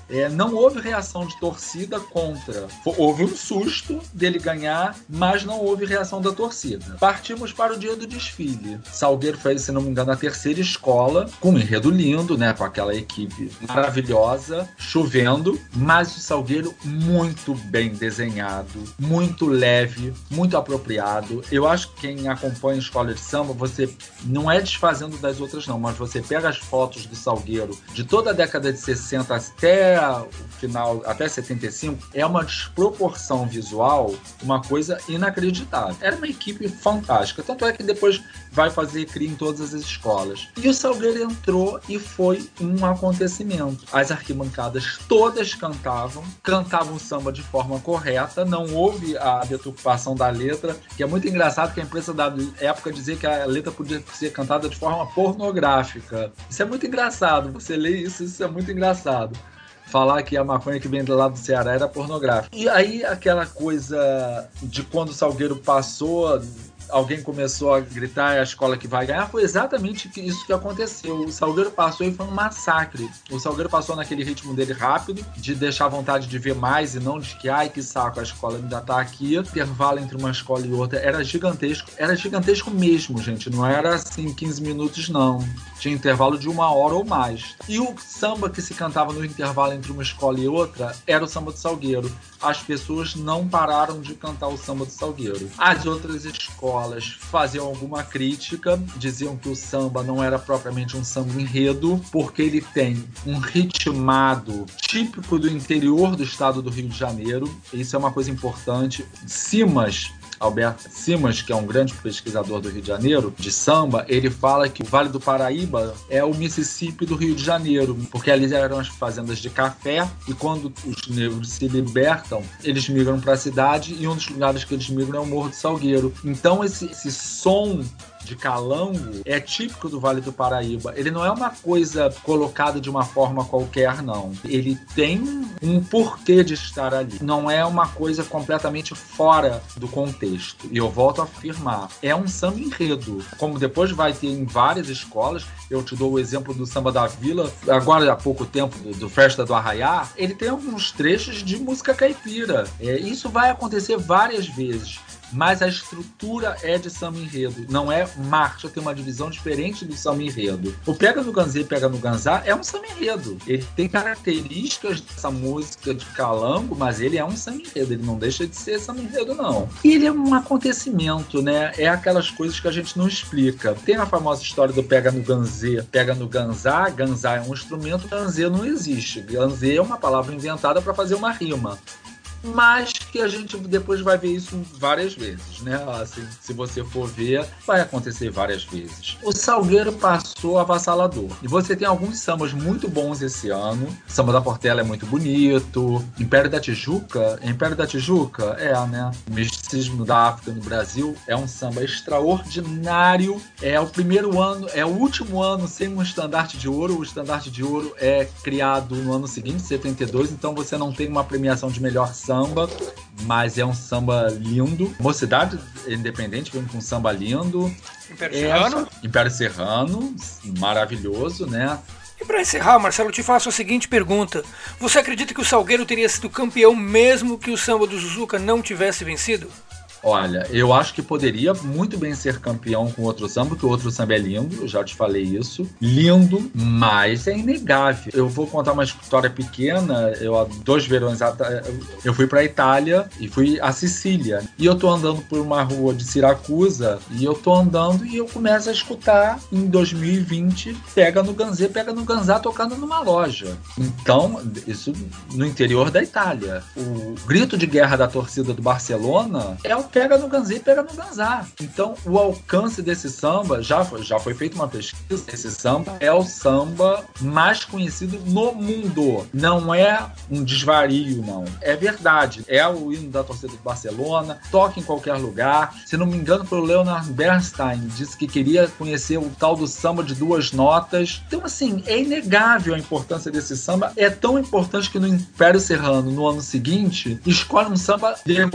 É, não houve reação de torcida contra. Houve um susto dele ganhar, mas não houve reação da torcida. Partimos para o dia do desfile. Salgueiro foi, se não me engano, a terceira escola, com um enredo lindo, né? Com aquela equipe maravilhosa, chovendo, mas o Salgueiro muito bem desenhado, muito leve, muito apropriado. Eu acho que quem acompanha a escola de samba, você não é desfazendo das outras não, mas você pega as fotos do Salgueiro de toda a década de sessenta até o final, até setenta e cinco, é uma desproporção visual, uma coisa inacreditável. Era uma equipe fantástica, tanto é que depois vai fazer cria em todas as escolas. E o Salgueiro entrou e foi um acontecimento. As arquibancadas todas cantavam, cantavam o samba de forma correta, não houve a deturpação da letra, que é muito engraçado que a imprensa da época dizia que a letra podia ser cantada de forma pornográfica. Isso é muito engraçado, você lê isso, isso é muito engraçado. Falar que a maconha que vem do lado do Ceará era pornográfica. E aí aquela coisa de quando o Salgueiro passou, alguém começou a gritar, é a escola que vai ganhar, foi exatamente isso que aconteceu. O Salgueiro passou e foi um massacre. O Salgueiro passou naquele ritmo dele rápido, de deixar vontade de ver mais e não de que, ai, que saco, a escola ainda tá aqui. O intervalo entre uma escola e outra era gigantesco. Era gigantesco mesmo, gente. Não era assim quinze minutos, não. Tinha intervalo de uma hora ou mais. E o samba que se cantava no intervalo entre uma escola e outra era o samba do Salgueiro. As pessoas não pararam de cantar o samba do Salgueiro. As outras escolas faziam alguma crítica, diziam que o samba não era propriamente um samba enredo, porque ele tem um ritmado típico do interior do estado do Rio de Janeiro. Isso é uma coisa importante. Simas, Alberto Simas, que é um grande pesquisador do Rio de Janeiro, de samba, ele fala que o Vale do Paraíba é o Mississippi do Rio de Janeiro, porque ali eram as fazendas de café e quando os negros se libertam, eles migram para a cidade e um dos lugares que eles migram é o Morro do Salgueiro. Então esse, esse som de calango é típico do Vale do Paraíba. Ele não é uma coisa colocada de uma forma qualquer, não. Ele tem um porquê de estar ali. Não é uma coisa completamente fora do contexto. E eu volto a afirmar, é um samba enredo. Como depois vai ter em várias escolas, eu te dou o exemplo do Samba da Vila, agora há pouco tempo, do, do Festa do Arraiá, ele tem alguns trechos de música caipira. É, isso vai acontecer várias vezes. Mas a estrutura é de samba enredo, não é marcha, tem uma divisão diferente do samba enredo. O Pega no Ganzê, Pega no Ganzá é um samba enredo. Ele tem características dessa música de calango, mas ele é um samba enredo, ele não deixa de ser samba enredo, não. E ele é um acontecimento, né? É aquelas coisas que a gente não explica. Tem a famosa história do Pega no Ganzê, Pega no Ganzá, Ganzá é um instrumento, Ganzê não existe. Ganzê é uma palavra inventada para fazer uma rima. Mas que a gente depois vai ver isso várias vezes, né? Assim, se você for ver, vai acontecer várias vezes. O Salgueiro passou avassalador. E você tem alguns sambas muito bons esse ano. O Samba da Portela é muito bonito. Império da Tijuca, Império da Tijuca, é, né? O misticismo da África no Brasil é um samba extraordinário. É o primeiro ano, é o último ano sem um estandarte de ouro. O estandarte de ouro é criado no ano seguinte, setenta e dois, então você não tem uma premiação de melhor samba, mas é um samba lindo. Mocidade Independente vem com um samba lindo. Império é, Serrano. Império Serrano, maravilhoso, né? E para encerrar, Marcelo, eu te faço a seguinte pergunta. Você acredita que o Salgueiro teria sido campeão mesmo que o samba do Zuzuca não tivesse vencido? Olha, eu acho que poderia muito bem ser campeão com outro samba, porque o outro samba é lindo, eu já te falei isso. Lindo, mas é inegável. Eu vou contar uma história pequena. Eu, há dois verões atrás, eu fui pra Itália e fui a Sicília. E eu tô andando por uma rua de Siracusa e eu tô andando e eu começo a escutar em dois mil e vinte Pega no Ganzê, Pega no Ganzá tocando numa loja. Então, isso no interior da Itália. O grito de guerra da torcida do Barcelona é o Pega no Ganzê, Pega no Ganzá. Então, o alcance desse samba, já foi, já foi feita uma pesquisa, esse samba é o samba mais conhecido no mundo. Não é um desvario, não. É verdade. É o hino da torcida do Barcelona, toca em qualquer lugar. Se não me engano, foi o Leonard Bernstein, disse que queria conhecer o tal do samba de duas notas. Então, assim, é inegável a importância desse samba. É tão importante que no Império Serrano, no ano seguinte, escolhe um samba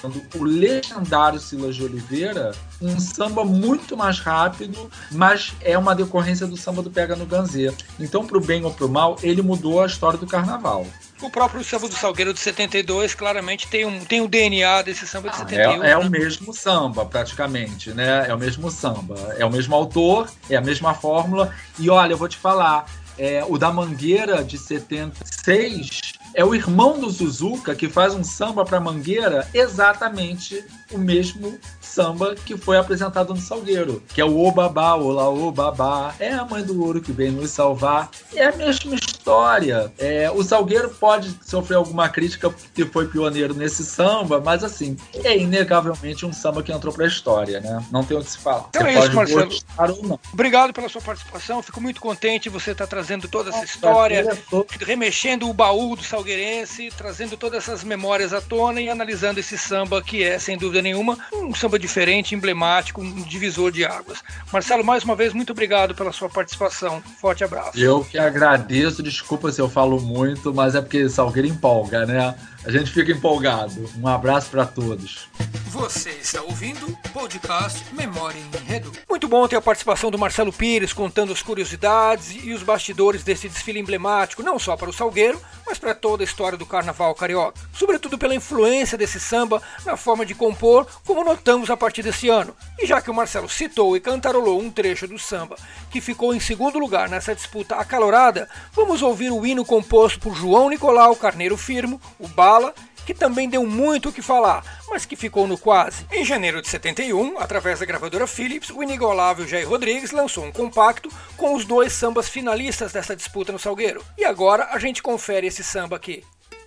o legendário Silas de Oliveira, um samba muito mais rápido, mas é uma decorrência do samba do Pega no Ganzê. Então, pro bem ou pro mal, ele mudou a história do carnaval. O próprio samba do Salgueiro de setenta e dois claramente tem um, tem um D N A desse samba de setenta e um. É, é né? o mesmo samba, praticamente, né? É o mesmo samba. É o mesmo autor, é a mesma fórmula. E olha, eu vou te falar, é, o da Mangueira de setenta e seis é o irmão do Zuzuca que faz um samba pra Mangueira exatamente o mesmo samba que foi apresentado no Salgueiro, que é o Obabá, olá, Obabá, é a mãe do ouro que vem nos salvar. É a mesma história. É, o Salgueiro pode sofrer alguma crítica porque foi pioneiro nesse samba, mas assim, é inegavelmente um samba que entrou pra história, né? Não tem o que se falar. Então você é pode isso, Marcelo. gostar ou não. Obrigado pela sua participação, fico muito contente você estar trazendo toda essa história, remexendo o baú do salgueirense, trazendo todas essas memórias à tona e analisando esse samba que é, sem dúvida nenhuma, um samba diferente, emblemático, um divisor de águas. Marcelo, mais uma vez, muito obrigado pela sua participação. Forte abraço. Eu que agradeço, desculpa se eu falo muito, mas é porque Salgueiro empolga, né? A gente fica empolgado. Um abraço para todos. Você está ouvindo o podcast Memória em Enredo. Muito bom ter a participação do Marcelo Pires contando as curiosidades e os bastidores desse desfile emblemático, não só para o Salgueiro, mas para toda a história do carnaval carioca. Sobretudo pela influência desse samba na forma de compor, como notamos a partir desse ano. E já que o Marcelo citou e cantarolou um trecho do samba que ficou em segundo lugar nessa disputa acalorada, vamos ouvir o hino composto por João Nicolau Carneiro Firmo, o Bala, que também deu muito o que falar, mas que ficou no quase. Em janeiro de setenta e um, através da gravadora Philips, o inigualável Jair Rodrigues lançou um compacto com os dois sambas finalistas dessa disputa no Salgueiro. E agora a gente confere esse samba aqui.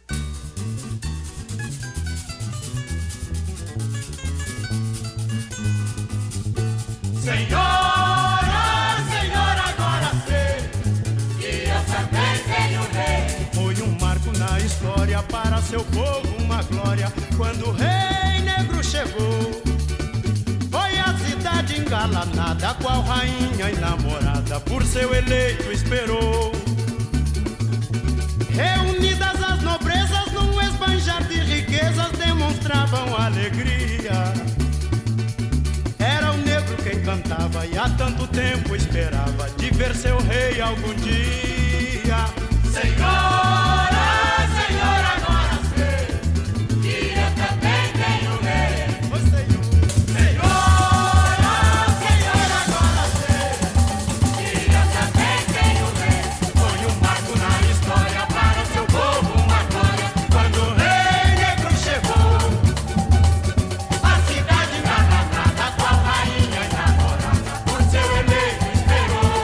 Senhora, senhora, agora sei que eu também tenho rei. Foi um marco na história para seu povo, uma glória, quando o rei negro chegou. Foi a cidade engalanada, qual rainha enamorada, por seu eleito esperou. Reunidas as nobrezas num esbanjar de riquezas, demonstravam alegria. Era o negro quem cantava e há tanto tempo esperava de ver seu rei algum dia. Senhora, senhora, agora sei que eu também tenho rei. Ô Senhor. Senhora, senhora, agora sei que eu também tenho rei. Foi um marco na história para seu povo, uma glória, quando o rei negro chegou. A cidade engalanada, qual rainha enamorada, por seu eleito esperou.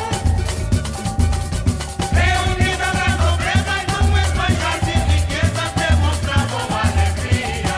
Reunidas as nobrezas num esbanjar de riquezas, demonstravam alegria.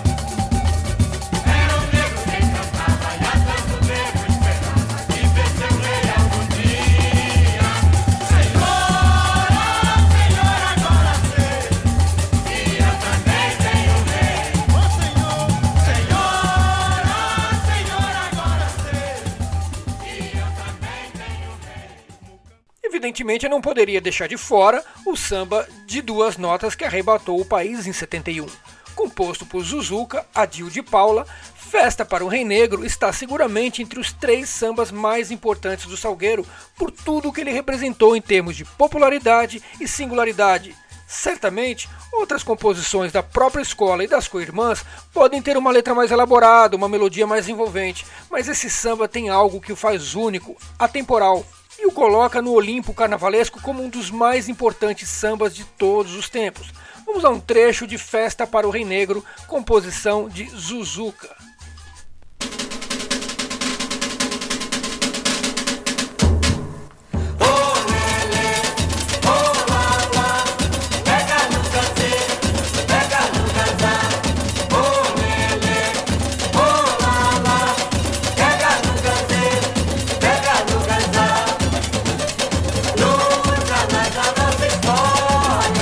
Era o negro quem cantava e há tanto tempo esperava de ver seu rei algum dia. Senhora, senhora, agora sei que eu também tenho rei. Ô Senhor, senhora, senhora, agora sei que eu também tenho rei. Evidentemente, eu não poderia deixar de fora o samba de duas notas que arrebatou o país em setenta e um. Composto por Zuzuca, Adil de Paula, Festa para o Rei Negro está seguramente entre os três sambas mais importantes do Salgueiro, por tudo o que ele representou em termos de popularidade e singularidade. Certamente, outras composições da própria escola e das co-irmãs podem ter uma letra mais elaborada, uma melodia mais envolvente, mas esse samba tem algo que o faz único, atemporal, e o coloca no Olimpo carnavalesco como um dos mais importantes sambas de todos os tempos. Vamos a um trecho de Festa para o Rei Negro, composição de Zuzuca.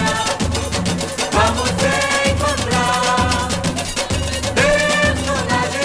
Vamos encontrar personagens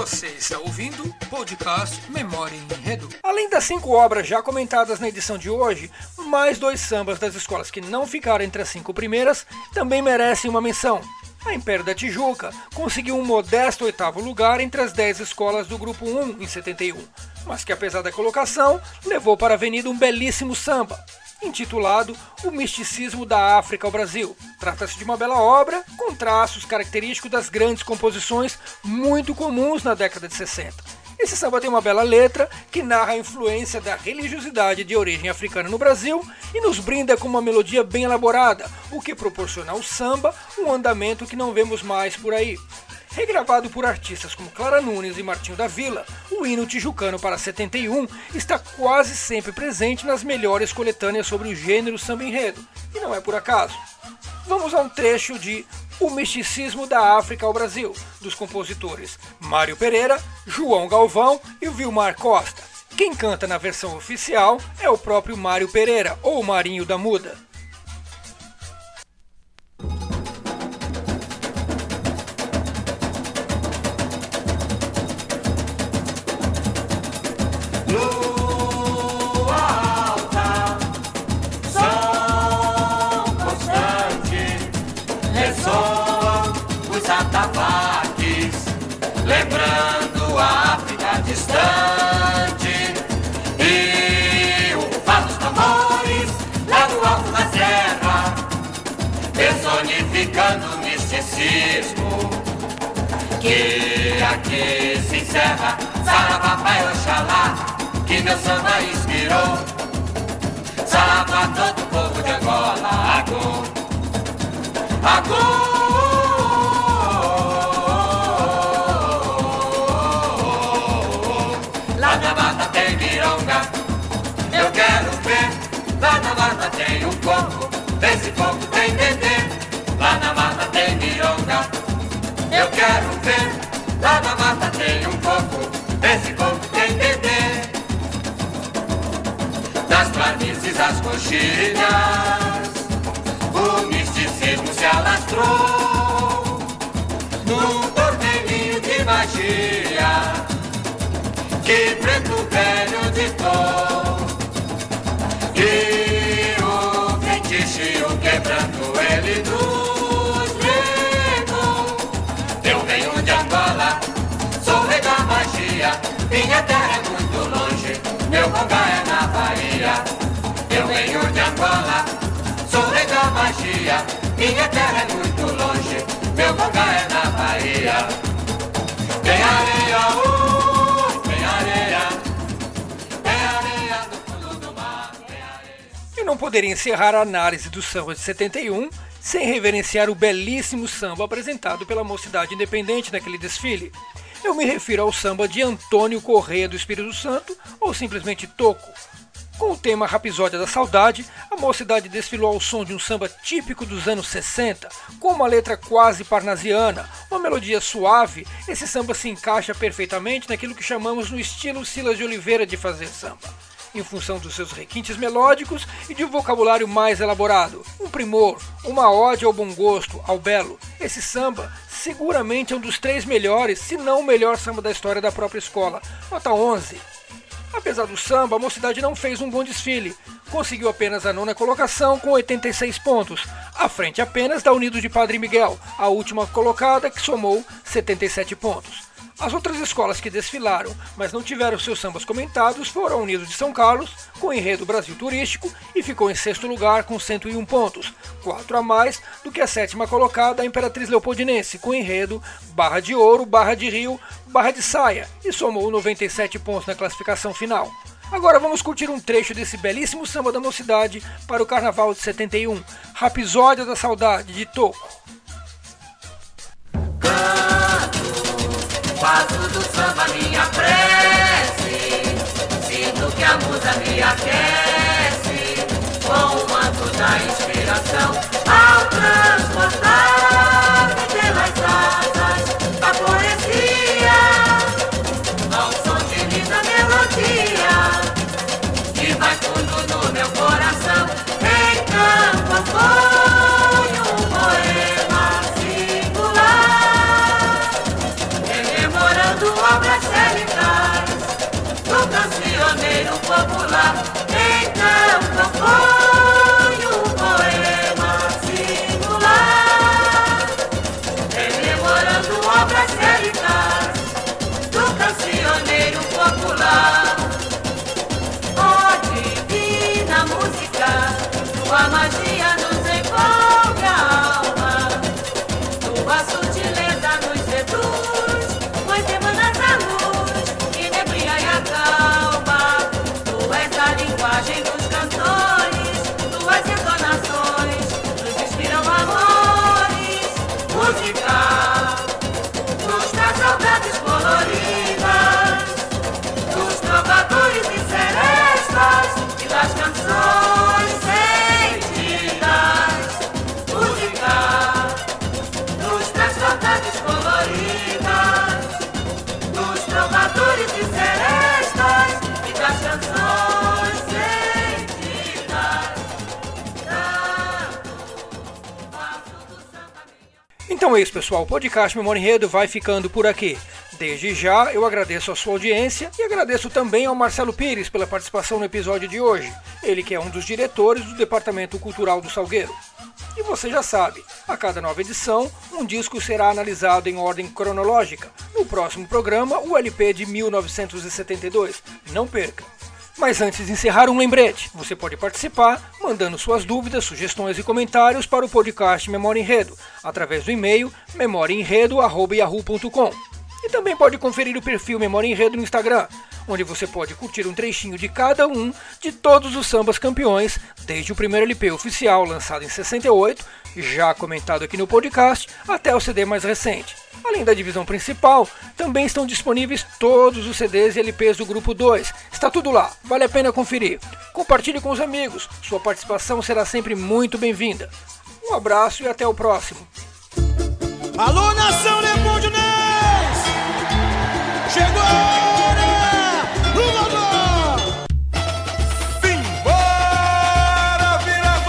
Você está ouvindo o podcast Memória em Enredo. Além das cinco obras já comentadas na edição de hoje, mais dois sambas das escolas que não ficaram entre as cinco primeiras também merecem uma menção. A Império da Tijuca conseguiu um modesto oitavo lugar entre as dez escolas do Grupo um em setenta e um, mas que apesar da colocação, levou para a avenida um belíssimo samba, intitulado O Misticismo da África ao Brasil. Trata-se de uma bela obra com traços característicos das grandes composições muito comuns na década de sessenta. Esse samba tem uma bela letra que narra a influência da religiosidade de origem africana no Brasil e nos brinda com uma melodia bem elaborada, o que proporciona ao samba um andamento que não vemos mais por aí. Regravado por artistas como Clara Nunes e Martinho da Vila, o hino tijucano para setenta e um está quase sempre presente nas melhores coletâneas sobre o gênero samba enredo, e não é por acaso. Vamos a um trecho de O Misticismo da África ao Brasil, dos compositores Mário Pereira, João Galvão e Vilmar Costa. Quem canta na versão oficial é o próprio Mário Pereira, ou Marinho da Muda. Lembrando a África distante, e o fado dos tambores lá do alto da serra, personificando o misticismo que aqui se encerra. Saravá, Pai Oxalá, que meu samba inspirou. Saravá, todo o povo de Angola. Agum, Agum. Eu quero ver, lá na mata tem um coco, desse coco tem dendê. Lá na mata tem mironga. Eu quero ver, lá na mata tem um coco, desse coco tem dendê. Das planícies às coxilhas, o misticismo se alastrou num torneio de magia que preto velho ditou. E o feitiço quebrando ele nos legou. Eu venho de Angola, sou rei da magia. Minha terra é muito longe, meu congá é na Bahia. Eu venho de Angola, sou rei da magia. Minha terra é muito longe, meu congá é na Bahia. Tem areia, uh, tem areia, tem areia no fundo do mar. Eu não poderia encerrar a análise do samba de setenta e um sem reverenciar o belíssimo samba apresentado pela Mocidade Independente naquele desfile. Eu me refiro ao samba de Antônio Corrêa do Espírito Santo, ou simplesmente Toco. Com o tema Rapisódia da Saudade, a Mocidade desfilou ao som de um samba típico dos anos sessenta, com uma letra quase parnasiana, uma melodia suave. Esse samba se encaixa perfeitamente naquilo que chamamos no estilo Silas de Oliveira de fazer samba, em função dos seus requintes melódicos e de um vocabulário mais elaborado. Um primor, uma ode ao bom gosto, ao belo. Esse samba seguramente é um dos três melhores, se não o melhor samba da história da própria escola. Nota onze. Apesar do samba, a Mocidade não fez um bom desfile. Conseguiu apenas a nona colocação com oitenta e seis pontos, à frente apenas da Unidos de Padre Miguel, a última colocada, que somou setenta e sete pontos. As outras escolas que desfilaram, mas não tiveram seus sambas comentados, foram a Unidos de São Carlos, com o enredo Brasil Turístico, e ficou em sexto lugar com cento e um pontos, quatro a mais do que a sétima colocada, a Imperatriz Leopoldinense, com o enredo Barra de Ouro, Barra de Rio, Barra de Saia, e somou noventa e sete pontos na classificação final. Agora vamos curtir um trecho desse belíssimo samba da Mocidade para o Carnaval de setenta e um, Rapisódia da Saudade, de Toco. Faço do samba minha prece, sinto que a musa me aquece, com o manto da inspiração, ao transportar-me pelas asas da poesia, ao som de linda melodia, que vai fundo no meu coração, em campo foi um poema singular. Rememorando a popular. Então componho um poema singular, rememorando obras célticas do cancioneiro popular. Oh, divina música, tua magia nos envolve a alma, tua sutileza nos seduz, pois emanas a luz que nebria e acalma. Tu és a linguagem dos cantores, tuas entonações nos inspiram amores. Música nos traz saudades coloridas dos trovadores e serestas e das canções sentidas. Música nos traz saudades coloridas dos trovadores e serestas e das canções sentidas. Canto, passo do samba minha. Então é isso, pessoal. O podcast Memória em Enredo vai ficando por aqui. Desde já, eu agradeço a sua audiência e agradeço também ao Marcelo Pires pela participação no episódio de hoje. Ele que é um dos diretores do Departamento Cultural do Salgueiro. E você já sabe, a cada nova edição, um disco será analisado em ordem cronológica. No próximo programa, o L P de mil novecentos e setenta e dois. Não perca! Mas antes de encerrar, um lembrete. Você pode participar mandando suas dúvidas, sugestões e comentários para o podcast Memória em Enredo, através do e-mail memoriaenredo arroba yahoo ponto com. E também pode conferir o perfil Memória em Enredo no Instagram, onde você pode curtir um trechinho de cada um de todos os sambas campeões, desde o primeiro L P oficial lançado em sessenta e oito, já comentado aqui no podcast, até o C D mais recente. Além da divisão principal, também estão disponíveis todos os C Ds e L Ps do Grupo dois. Está tudo lá, vale a pena conferir. Compartilhe com os amigos, sua participação será sempre muito bem-vinda. Um abraço e até o próximo. Alô, nação Leopoldo Ness! Chegou a hora do Lodó! Simbora,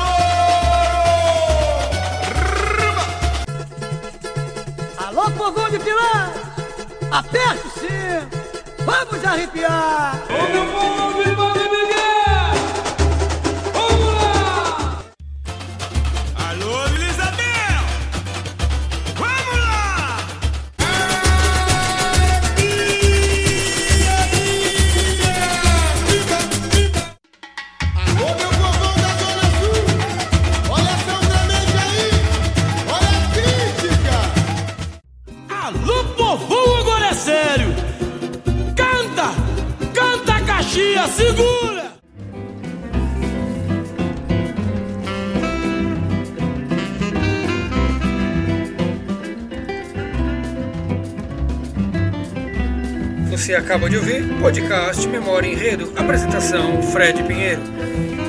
viradouro! Alô, povão de Pilar! Aperta o cinto! Vamos arrepiar! Ô meu povo de Bande Miguel! Vamos lá! Alô, Elisabel! Vamos lá! Alô, meu povão da Zona Sul! Olha São Clemente aí! Olha a crítica! Alô, povão, agora é sério! Canta! Canta, Caxias, segura! Você acaba de ouvir podcast Memória em Enredo, apresentação Fred Pinheiro.